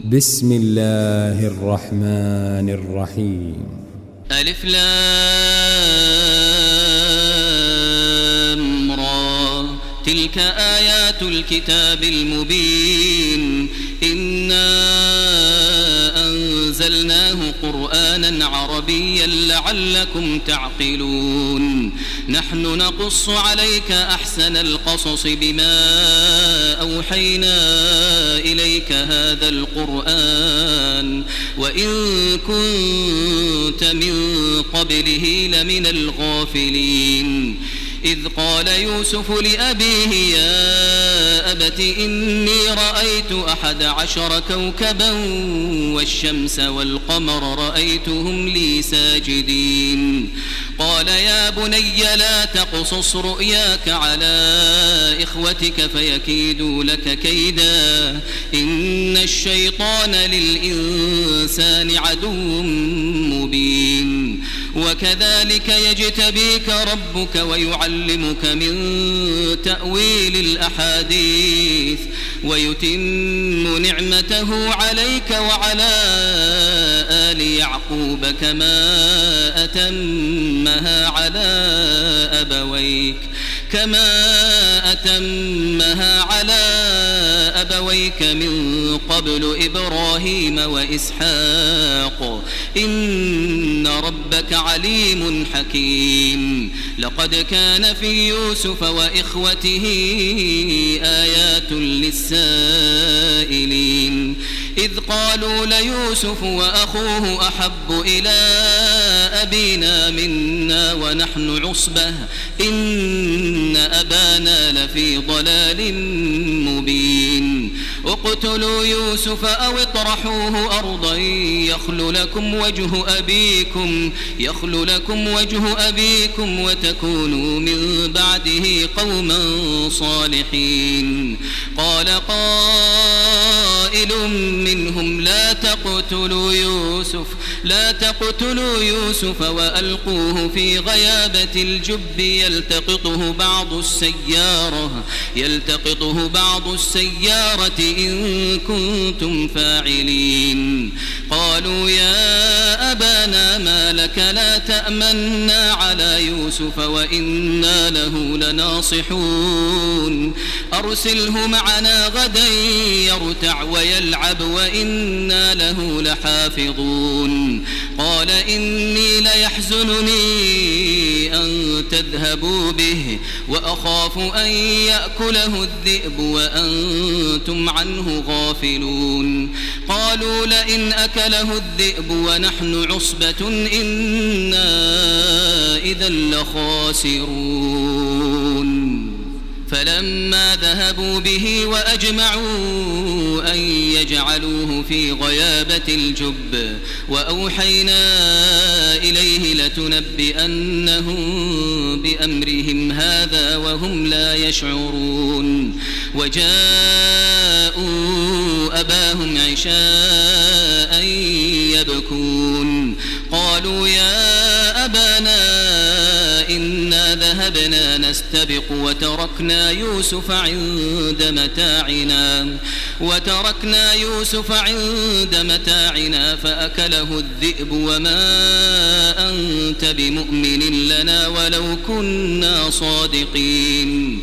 بسم الله الرحمن الرحيم. ألف لام را تلك آيات الكتاب المبين إنا أنزلناه قرآنا عربيا لعلكم تعقلون نحن نقص عليك أحسن القصص بما أوحينا إليك هذا القرآن وإن كنت من قبله لمن الغافلين إذ قال يوسف لأبيه يا أبت إني رأيت 11 كوكبا والشمس والقمر رأيتهم لي ساجدين قال يا بني لا تقصص رؤياك على إخوتك فيكيدوا لك كيدا إن الشيطان للإنسان عدو مبين وكذلك يجتبيك ربك ويعلمك من تأويل الأحاديث ويتم نعمته عليك وعلى آل يعقوب كما أتمها على أبويك من قبل إبراهيم وإسحاق إن ربك عليم حكيم لقد كان في يوسف وإخوته آيات للسائلين إذ قالوا ليوسف وأخوه أحب إلى أبينا منا ونحن عصبة إن أبانا لفي ضلال مبين اقتلوا يوسف أو اطرحوه أرضا يخل لكم وجه أبيكم وتكونوا من بعده قوما صالحين قال قائل منهم لا تقتلوا يوسف وألقوه في غيابة الجب يلتقطه بعض السيارة إن كنتم فاعلين قالوا يا أبانا ما لك لا تأمنا على يوسف وإنا له لناصحون أرسله معنا غدا يرتع ويلعب وإنا له لحافظون قال إني ليحزنني أن تذهبوا به وأخاف أن يأكله الذئب وأنتم عنه غافلون قالوا لئن أكله الذئب ونحن عصبة إنا إذا لخاسرون فلما ذهبوا به وأجمعوا أن يجعلوه في غيابة الجب وأوحينا إليه لتنبئنهم بأمرهم هذا وهم لا يشعرون وجاءوا أباهم عشاء يبكون قالوا يا أبانا إنا ذهبنا نستبق وتركنا يوسف عند متاعنا فأكله الذئب وما أنت بمؤمن لنا ولو كنا صادقين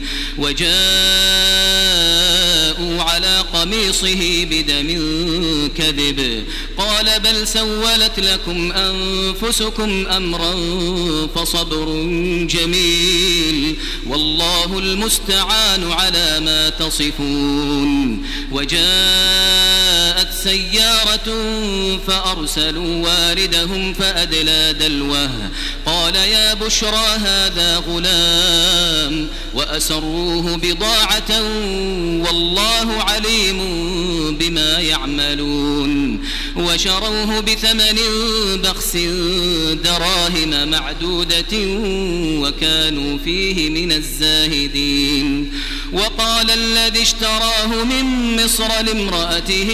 وجاءوا على قميصه بدم كذب قال بل سولت لكم أنفسكم أمرا فصبر جميل والله المستعان على ما تصفون وجاءت سيارة فأرسلوا واردهم فأدلى دلوه قال يا بشرى هذا غلام وأسروه بضاعة والله عليم بما يعملون وشروه بثمن بخس دراهم معدودة وكانوا فيه من الزاهدين وقال الذي اشتراه من مصر لامرأته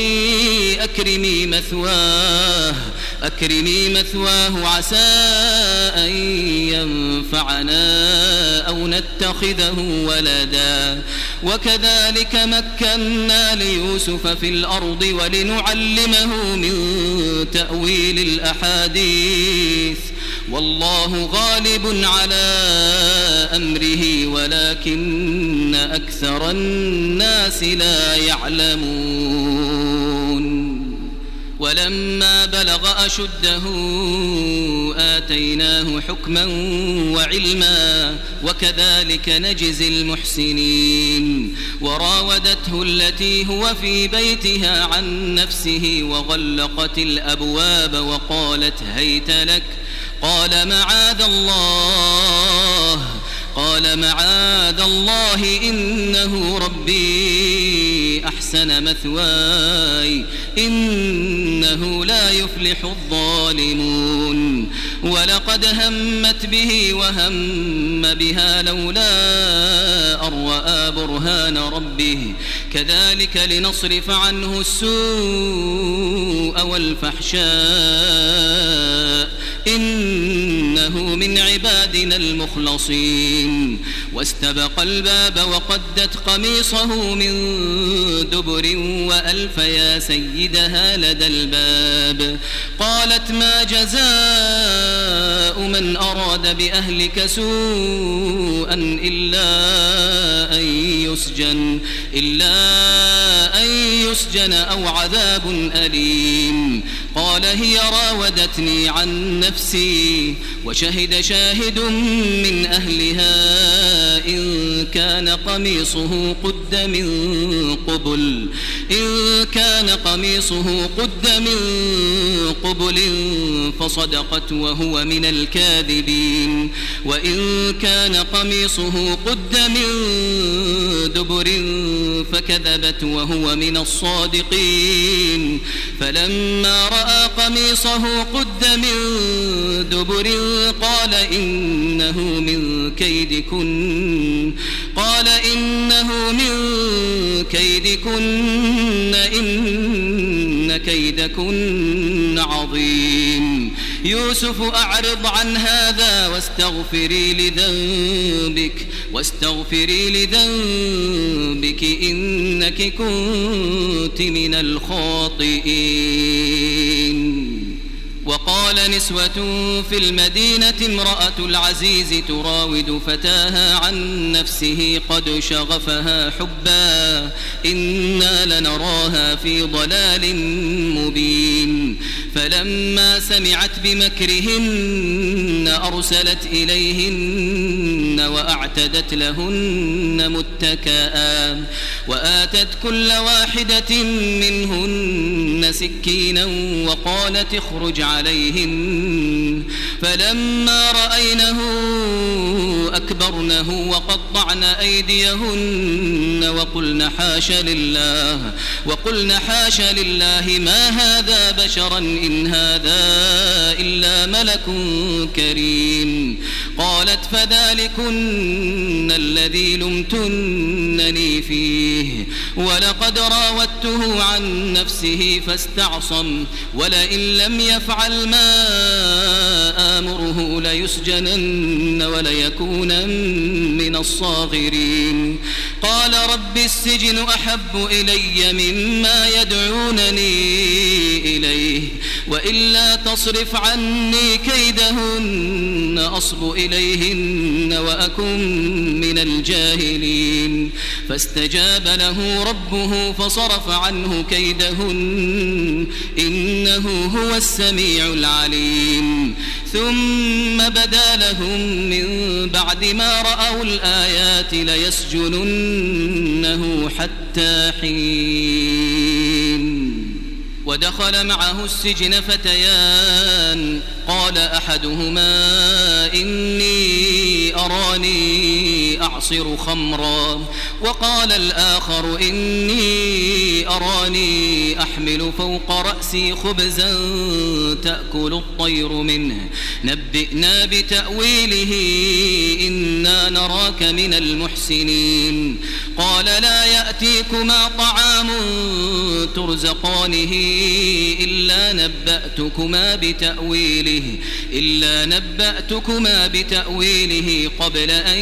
أكرمي مثواه عسى أن ينفعنا أو نتخذه ولدا وكذلك مكنا ليوسف في الأرض ولنعلمه من تأويل الأحاديث والله غالب على أمره ولكن أكثر الناس لا يعلمون ولما بلغ أشده آتيناه حكما وعلما وكذلك نجزي المحسنين وراودته التي هو في بيتها عن نفسه وغلقت الأبواب وقالت هيت لك قال معاذ الله إنه ربي أحسن مثواي إنه لا يفلح الظالمون ولقد همت به وهم بها لولا أن رأى برهان ربه كذلك لنصرف عنه السوء والفحشاء إنه من عبادنا المخلصين واستبق الباب وقدت قميصه من دبر وألف يا سيدها لدى الباب قالت ما جزاء من أراد بأهلك سوءا إلا أن يسجن أو عذاب أليم قال هي راودتني عن نفسي وشهد شاهد من أهلها إن كان قميصه قد من قبل فصدقت وهو من الكاذبين وإن كان قميصه قد من دبر فكذبت وهو من الصادقين فلما رأى قميصه قد من دبر قال إنه من كيدكن إن كيدكن عظيم يوسف أعرض عن هذا واستغفري لذنبك إنك كنت من الخاطئين وقال نسوة في المدينة امرأة العزيز تراود فتاها عن نفسه قد شغفها حبا إنا لنراها في ضلال مبين فلما سمعت بمكرهن أرسلت إليهن وأعتدت لهن متكئا وآتت كل واحدة منهن سكينا وقالت اخرج عليهن فلما رأينه أكبرنه وقطعن أيديهن وقلن حاش لله ما هذا بشرا إن هذا إلا ملك كريم قالت فذلكن الذي لمتنني فيه ولقد راودته عن نفسه فاستعصم ولئن لم يفعل ما آمره ليسجنن وليكون من الصاغرين قال رب السجن أحب إلي مما يدعونني إليه وإلا تصرف عني كيدهن أصب إليهن وأكن من الجاهلين فاستجاب له ربه فصرف عنه كيدهن إنه هو السميع العليم ثم بدا لهم من بعد ما رأوا الآيات ليسجننه حتى حين ودخل معه السجن فتيان قال أحدهما إني أراني أعصر خمرا وقال الآخر إني أراني أحمل فوق رأسي خبزا تأكل الطير منه نبئنا بتأويله إنا نراك من المحسنين قال لا يأتيكما طعام ترزقانه إلا نبأتكما بتأويله إلا نبأتكما بتأويله قبل أن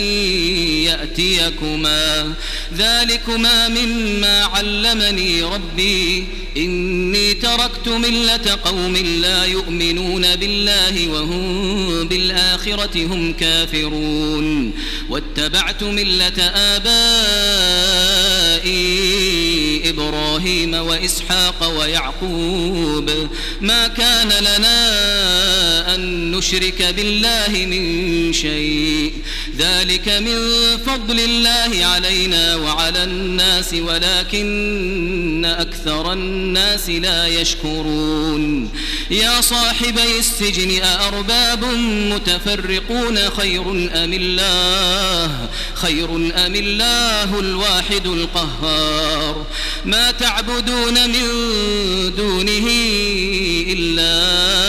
يأتيكما ذلكما مما علمني ربي إني تركت ملة قوم لا يؤمنون بالله وهم بالآخرة هم كافرون واتبعت ملة آبائي إبراهيم وإسحاق ويعقوب ما كان لنا أن نشرك بالله من شيء ذلك من فضل الله علينا وعلى الناس ولكن أكثر الناس لا يشكرون يا صاحبي السجن أأرباب متفرقون خير أم الله الواحد القهار ما تعبدون من دونه إلا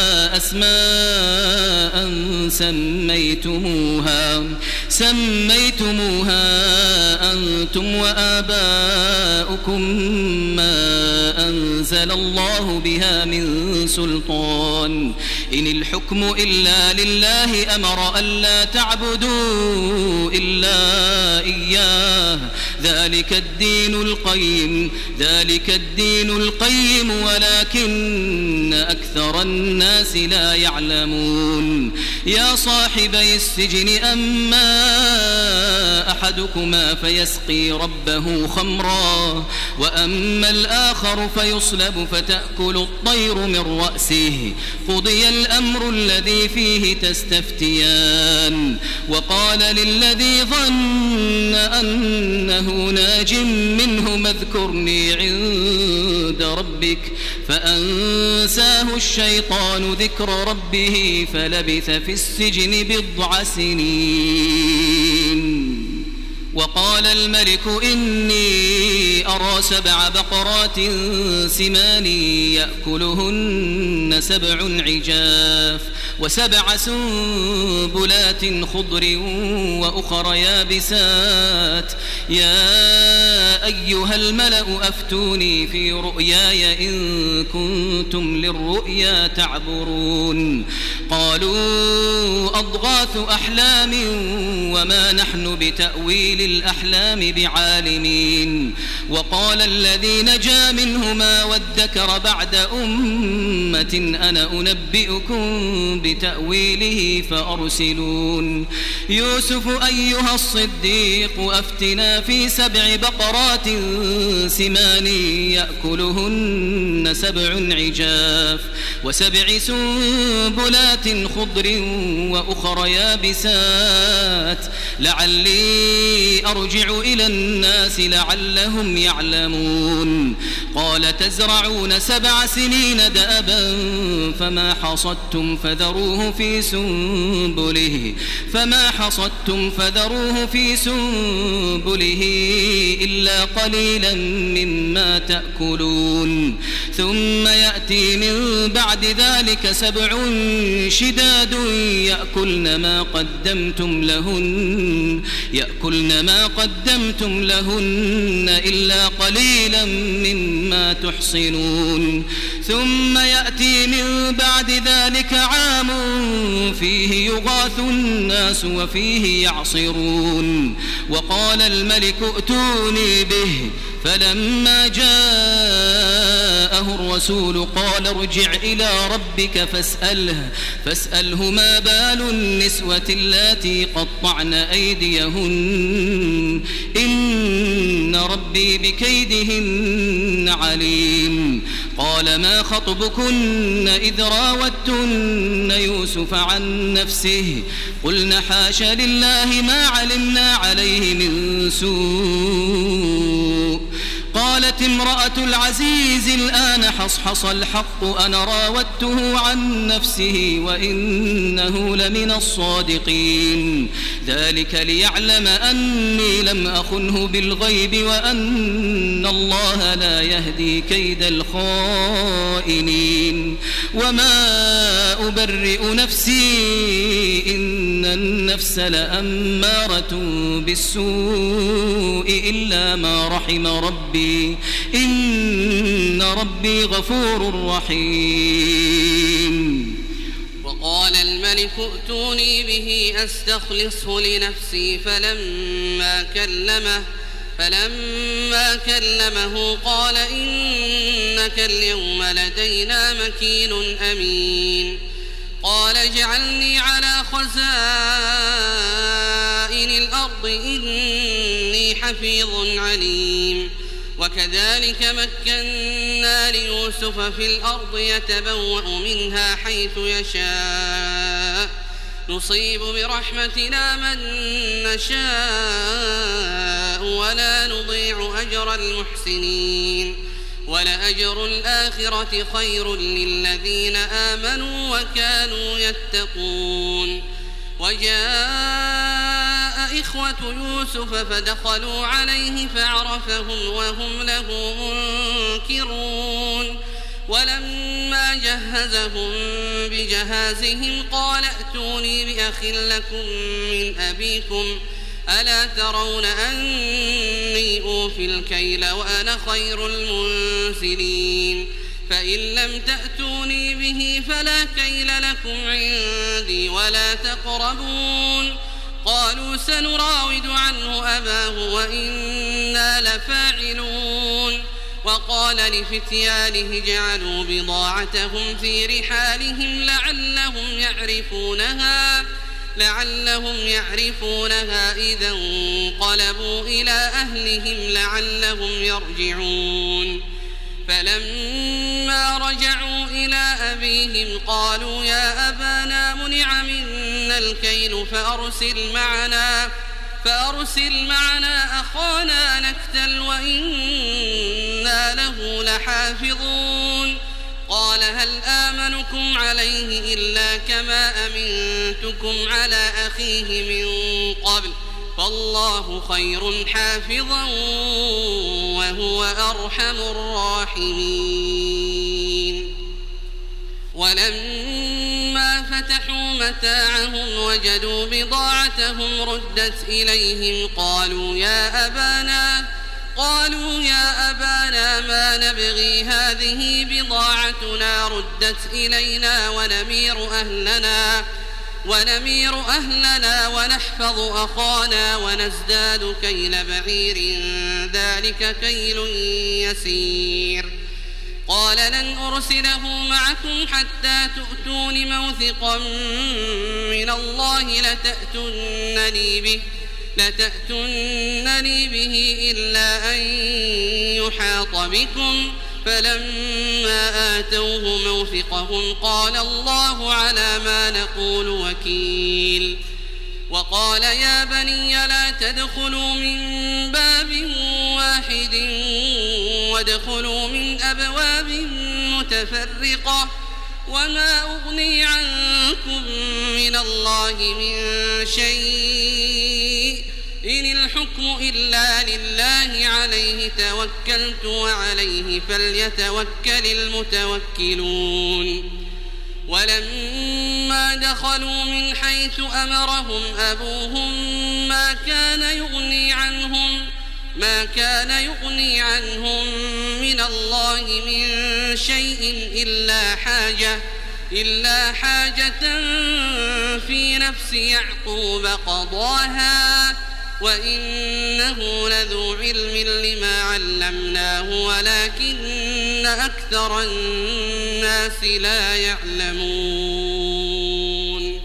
أسماء سميتموها أنتم وآباؤكم ما أنزل الله بها من سلطان إن الحكم إلا لله أمر ألا تعبدوا إلا إياه ذلك الدين القيم ولكن أكثر الناس لا يعلمون يا صاحبي السجن أما أحدكما فيسقي ربه خمرا وأما الآخر فيصلب فتأكل الطير من رأسه قضي الأمر الذي فيه تستفتيان وقال للذي ظن أنه ناج منه اذكرني عند ربك فأنساه الشيطان ذكر ربه فلبث في السجن بضع سنين وقال الملك إني أرى 7 بقرات سمان يأكلهن 7 عجاف و7 سنبلات خضر وأخر يابسات يا أيها الملأ أفتوني في رؤياي إن كنتم للرؤيا تعبرون قالوا أضغاث أحلام وما نحن بتأويل الأحلام بعالمين وقال الذي نجا منهما وادكر بعد أمة أنا أنبئكم بتأويله فأرسلون يوسف أيها الصديق أفتنا في 7 بقرات سمان يأكلهن 7 عجاف و7 سنبلات خضر وأخر يابسات لعلي أرجع إلى الناس لعلهم يعلمون قال تزرعون 7 سنين دأبا فما حصدتم فذروه في سنبله إلا قليلا مما تأكلون ثم يأتي من بعد ذلك 7 شداد يأكلن ما قدمتم لهن إلا قليلا مما تحصنون ثم يأتي من بعد ذلك عام فيه يغاث الناس وفيه يعصرون وقال الملك ائتوني به فلما جاءه الرسول قال ارجع إلى ربك فاسأله ما بال النسوة اللاتي قطعن أيديهن إن ربي بكيدهن عليم قال ما خطبكن إذ راوتن يوسف عن نفسه قلن حاش لله ما علمنا عليه من سوء قالت امرأة العزيز الآن حصحص الحق أنا راودته عن نفسه وإنه لمن الصادقين ذلك ليعلم أني لم أخنه بالغيب وأن الله لا يهدي كيد الخائنين وما أبرئ نفسي إن النفس لأمارة بالسوء إلا ما رحم ربي إن ربي غفور رحيم وقال الملك ائتوني به أستخلصه لنفسي فلما كلمه قال إنك اليوم لدينا مكين أمين. قال اجعلني على خزائن الأرض إني حفيظ عليم. وكذلك مكنا ليوسف في الأرض يتبوأ منها حيث يشاء نصيب برحمتنا من نشاء ولا نضيع أجر المحسنين ولأجر الآخرة خير للذين آمنوا وكانوا يتقون. وجاء إخوة يوسف فدخلوا عليه فعرفهم وهم له منكرون. ولما جهزهم بجهازهم قال ائتوني بأخ لكم من أبيكم ألا ترون أني أوفي الكيل وأنا خير المنزلين فإن لم تأتوني به فلا كيل لكم عندي ولا تقربون. قالوا سنراود عنه أباه وإنا لفاعلون. وقال لفتيانه جعلوا بضاعتهم في رحالهم لعلهم يعرفونها إذا انقلبوا إلى أهلهم لعلهم يرجعون. فلما رجعوا إلى أبيهم قالوا يا أبانا منع منا الكيل فأرسل معنا أخانا نكتل وإنا له لحافظون. قال هل آمنكم عليه إلا كما أمنتكم على أخيه من قبل فالله خير حافظا وهو أرحم الراحمين. ولما فتحوا متاعهم وجدوا بضاعتهم ردت إليهم قالوا يا أبانا ما نبغي هذه بضاعتنا ردت إلينا ونمير أهلنا ونحفظ أخانا ونزداد كيل بعير ذلك كيل يسير. قال لن أرسله معكم حتى تؤتون موثقا من الله لتأتونني به إلا أن يحاط بكم. فلما آتوه موثقهم قال الله على ما نقول وكيل. وقال يا بني لا تدخلوا من باب واحد وادخلوا من أبواب متفرقة وما أغني عنكم من الله من شيء إن الحكم إلا لله عليه توكلت وعليه فليتوكل المتوكلون. ولما دخلوا من حيث أمرهم أبوهم ما كان يغني عنهم من الله من شيء إلا حاجة في نفس يعقوب قضاها وإنه لذو علم لما علمناه ولكن أكثر الناس لا يعلمون.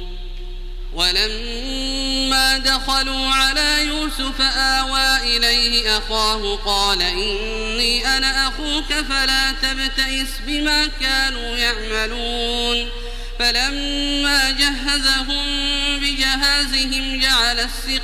ولما دخلوا على يوسف آوى إليه أخاه قال إني أنا أخوك فلا تبتئس بما كانوا يعملون. فلما جهزهم بجهازهم جعل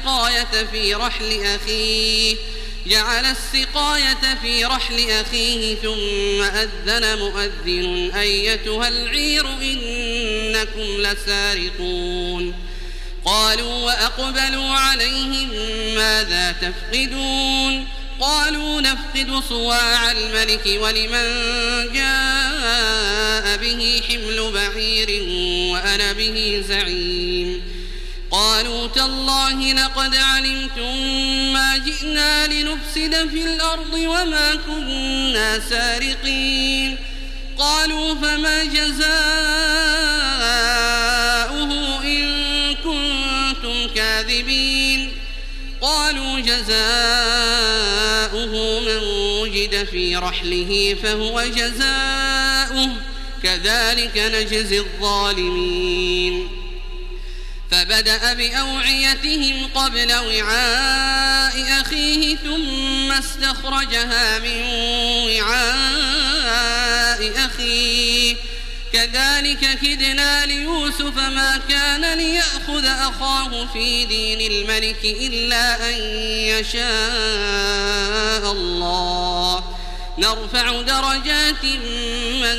السقاية في رحل أخيه ثم أذن مؤذن أيتها العير إنكم لسارقون. قالوا وأقبلوا عليهم ماذا تفقدون؟ قالوا نفقد صواع الملك ولمن جاء به حمل بعير وأنا به زعيم. قالوا تالله لقد علمتم ما جئنا لنفسد في الأرض وما كنا سارقين. قالوا فما جزاؤه جزاؤه من وجد في رحله فهو جزاؤه كذلك نجزي الظالمين فبدأ بأوعيتهم قبل وعاء أخيه ثم استخرجها من وعاء أخيه كذلك كدنا ليوسف ما كان ليأخذ أخاه في دين الملك إلا أن يشاء الله نرفع درجات من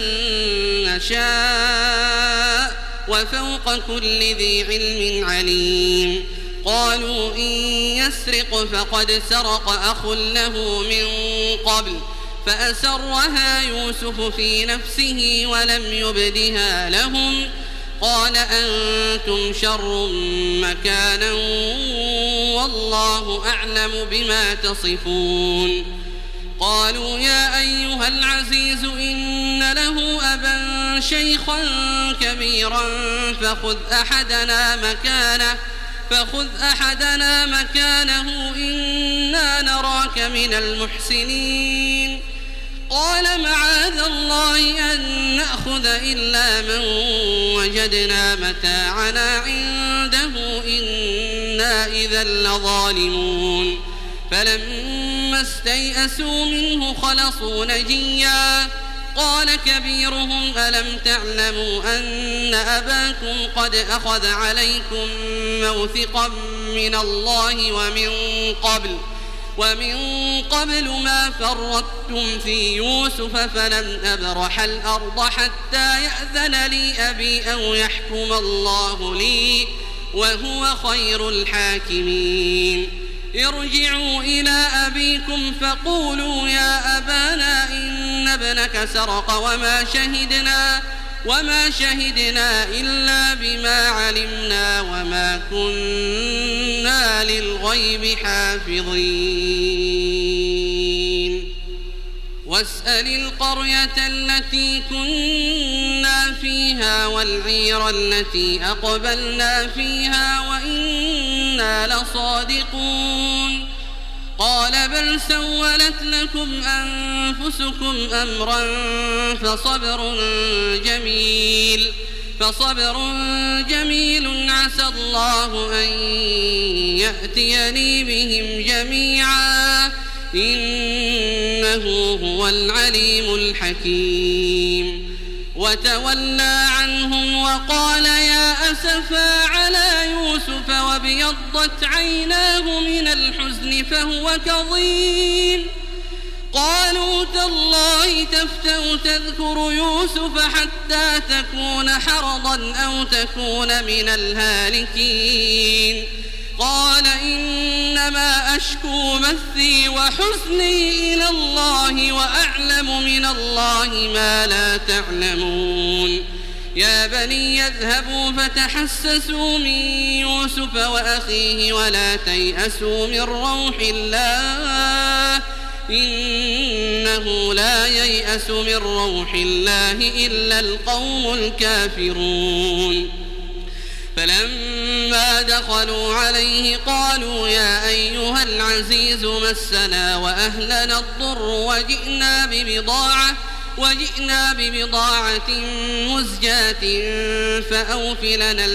نشاء وفوق كل ذي علم عليم قالوا إن يسرق فقد سرق أخ له من قبل فأسرها يوسف في نفسه ولم يبدها لهم قال أنتم شر مكانا والله أعلم بما تصفون قالوا يا أيها العزيز إن له أبا شيخا كبيرا فخذ أحدنا مكانه إنا نراك من المحسنين قال معاذ الله أن نأخذ إلا من وجدنا متاعنا عنده إنا إذا لظالمون فلما استيئسوا منه خلصوا نجيا قال كبيرهم ألم تعلموا أن أباكم قد أخذ عليكم موثقا من الله ومن قبل ما فرطتم في يوسف فلن أبرح الأرض حتى يأذن لي أبي أو يحكم الله لي وهو خير الحاكمين ارجعوا إلى أبيكم فقولوا يا أبانا إن ابنك سرق وما شهدنا إلا بما علمنا وما كنا للغيب حافظين واسأل القرية التي كنا فيها والعير التي أقبلنا فيها وإنا لصادقون قال بل سولت لكم أنفسكم أمرا فصبر جميل عسى الله أن يأتيني بهم جميعا إنه هو العليم الحكيم وتولى عنهم وقال يا أسفا على يوسف وابيضت عيناه من الحزن فهو كظيم قالوا تالله تفتأ تذكر يوسف حتى تكون حرضا أو تكون من الهالكين قال إنما أشكو بثي وحزني إلى الله وأعلم من الله ما لا تعلمون يا بني يذهبوا فتحسسوا من يوسف وأخيه ولا تيأسوا من روح الله إنه لا ييأس من روح الله إلا القوم الكافرون فلما دخلوا عليه قالوا يا أيها العزيز مسنا وأهلنا الضر وجئنا ببضاعة مزجاة فأوف لنا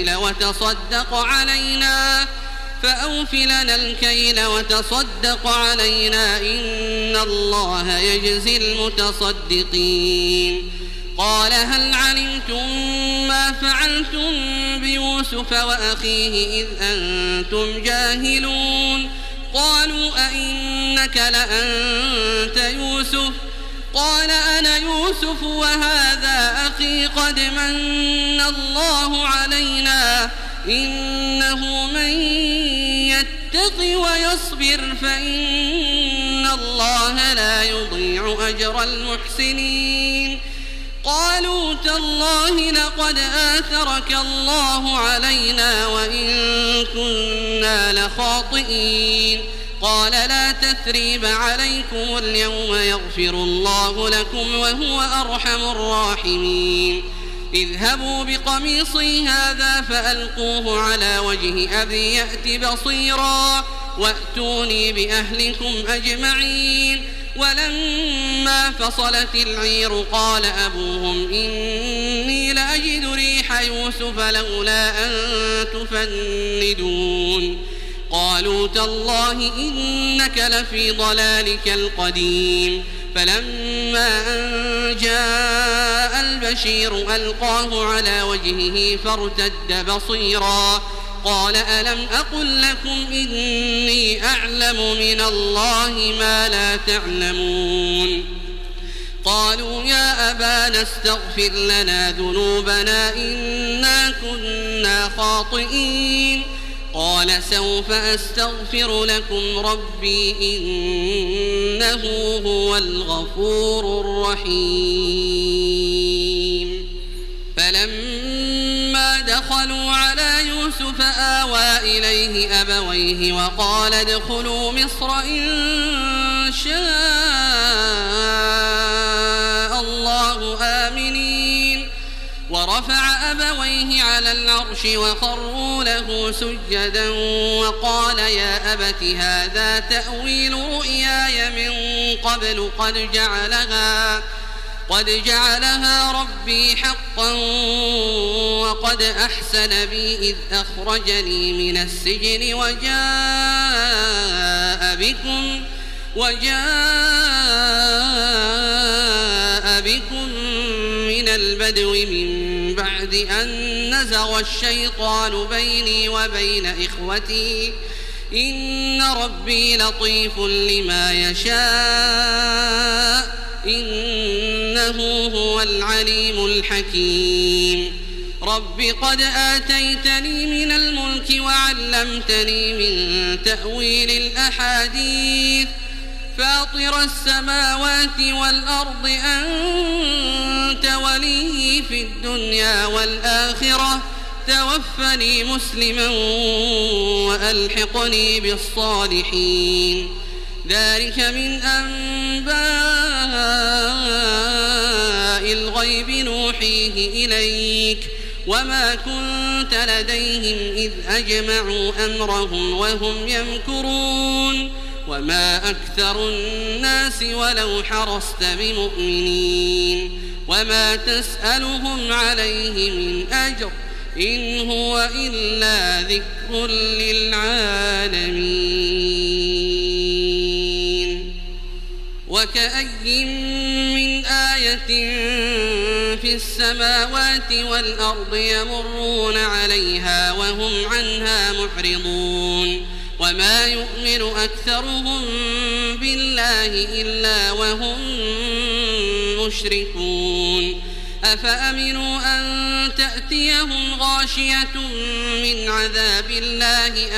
الكيل وتصدق علينا إن الله يجزي المتصدقين قال هل علمتم ما فعلتم بيوسف وأخيه إذ أنتم جاهلون قالوا أئنك لأنت يوسف قال أنا يوسف وهذا أخي قد من الله علينا إنه من يتق ويصبر فإن الله لا يضيع أجر المحسنين قالوا تالله لقد آثرك الله علينا وإن كنا لخاطئين قال لا تثريب عليكم اليوم يغفر الله لكم وهو أرحم الراحمين اذهبوا بقميصي هذا فألقوه على وجه أبي يأت بصيرا وأتوني بأهلكم أجمعين. ولما فصلت العير قال أبوهم إني لأجد ريح يوسف لولا أن تفندون. قالوا تالله إنك لفي ضلالك القديم. فلما أن جاء البشير ألقاه على وجهه فارتد بصيرا قال ألم أقل لكم إني أعلم من الله ما لا تعلمون. قالوا يا أبانا استغفر لنا ذنوبنا إنا كنا خاطئين. قال سوف أستغفر لكم ربي إنه هو الغفور الرحيم. فلما دخلوا على يوسف آوى إليه أبويه وقال ادخلوا مصر إن شاء الله آمنين. ورفع أبويه على العرش وخروا له سجدا وقال يا أبت هذا تأويل رؤياي من قبل قد جعلها ربي حقا وقد أحسن بي إذ أخرجني من السجن وجاء بكم من البدو من بعد أن نزغ الشيطان بيني وبين إخوتي إن ربي لطيف لما يشاء إنه هو العليم الحكيم. رب قد آتيتني من الملك وعلمتني من تأويل الأحاديث فاطر السماوات والأرض أنت ولي في الدنيا والآخرة توفني مسلما وألحقني بالصالحين. ذلك من أنباء الغيب نوحيه إليك وما كنت لديهم إذ أجمعوا أمرهم وهم يمكرون وما أكثر الناس ولو حرصت بمؤمنين وما تسألهم عليه من أجر إن هو إلا ذكر للعالمين. وكأي من آية في السماوات والأرض يمرون عليها وهم عنها معرضون وما يؤمن أكثرهم بالله إلا وهم مشركون. أفأمنوا أن تأتيهم غاشية من عذاب الله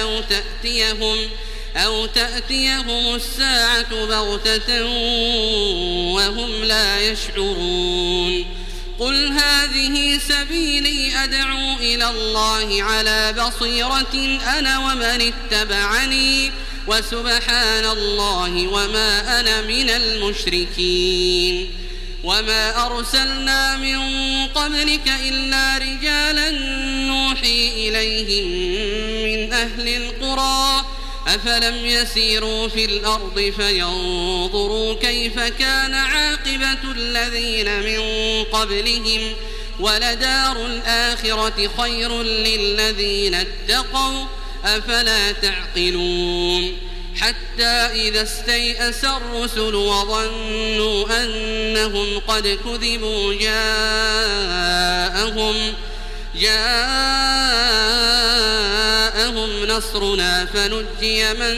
أو تأتيهم الساعة بغتة وهم لا يشعرون. قل هذه سبيلي أدعو إلى الله على بصيرة أنا ومن اتبعني وسبحان الله وما أنا من المشركين. وما أرسلنا من قبلك إلا رجالا نوحي إليهم من أهل القرى أفلم يسيروا في الأرض فينظروا كيف كان عاقبة الذين من قبلهم ولدار الآخرة خير للذين اتقوا أفلا تعقلون. حتى إذا استيأس الرسل وظنوا أنهم قد كذبوا جاءهم نصرنا فنجي من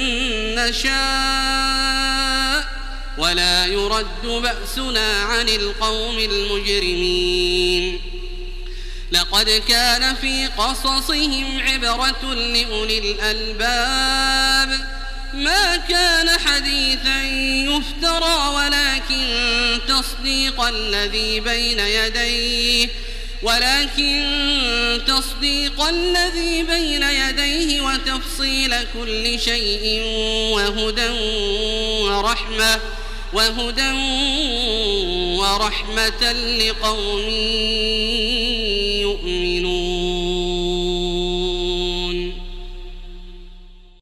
نشاء ولا يرد بأسنا عن القوم المجرمين. لقد كان في قصصهم عبرة لأولي الألباب ما كان حديثا يفترى ولكن تصديق الذي بين يديه وتفصيل كل شيء وهدى ورحمة لقوم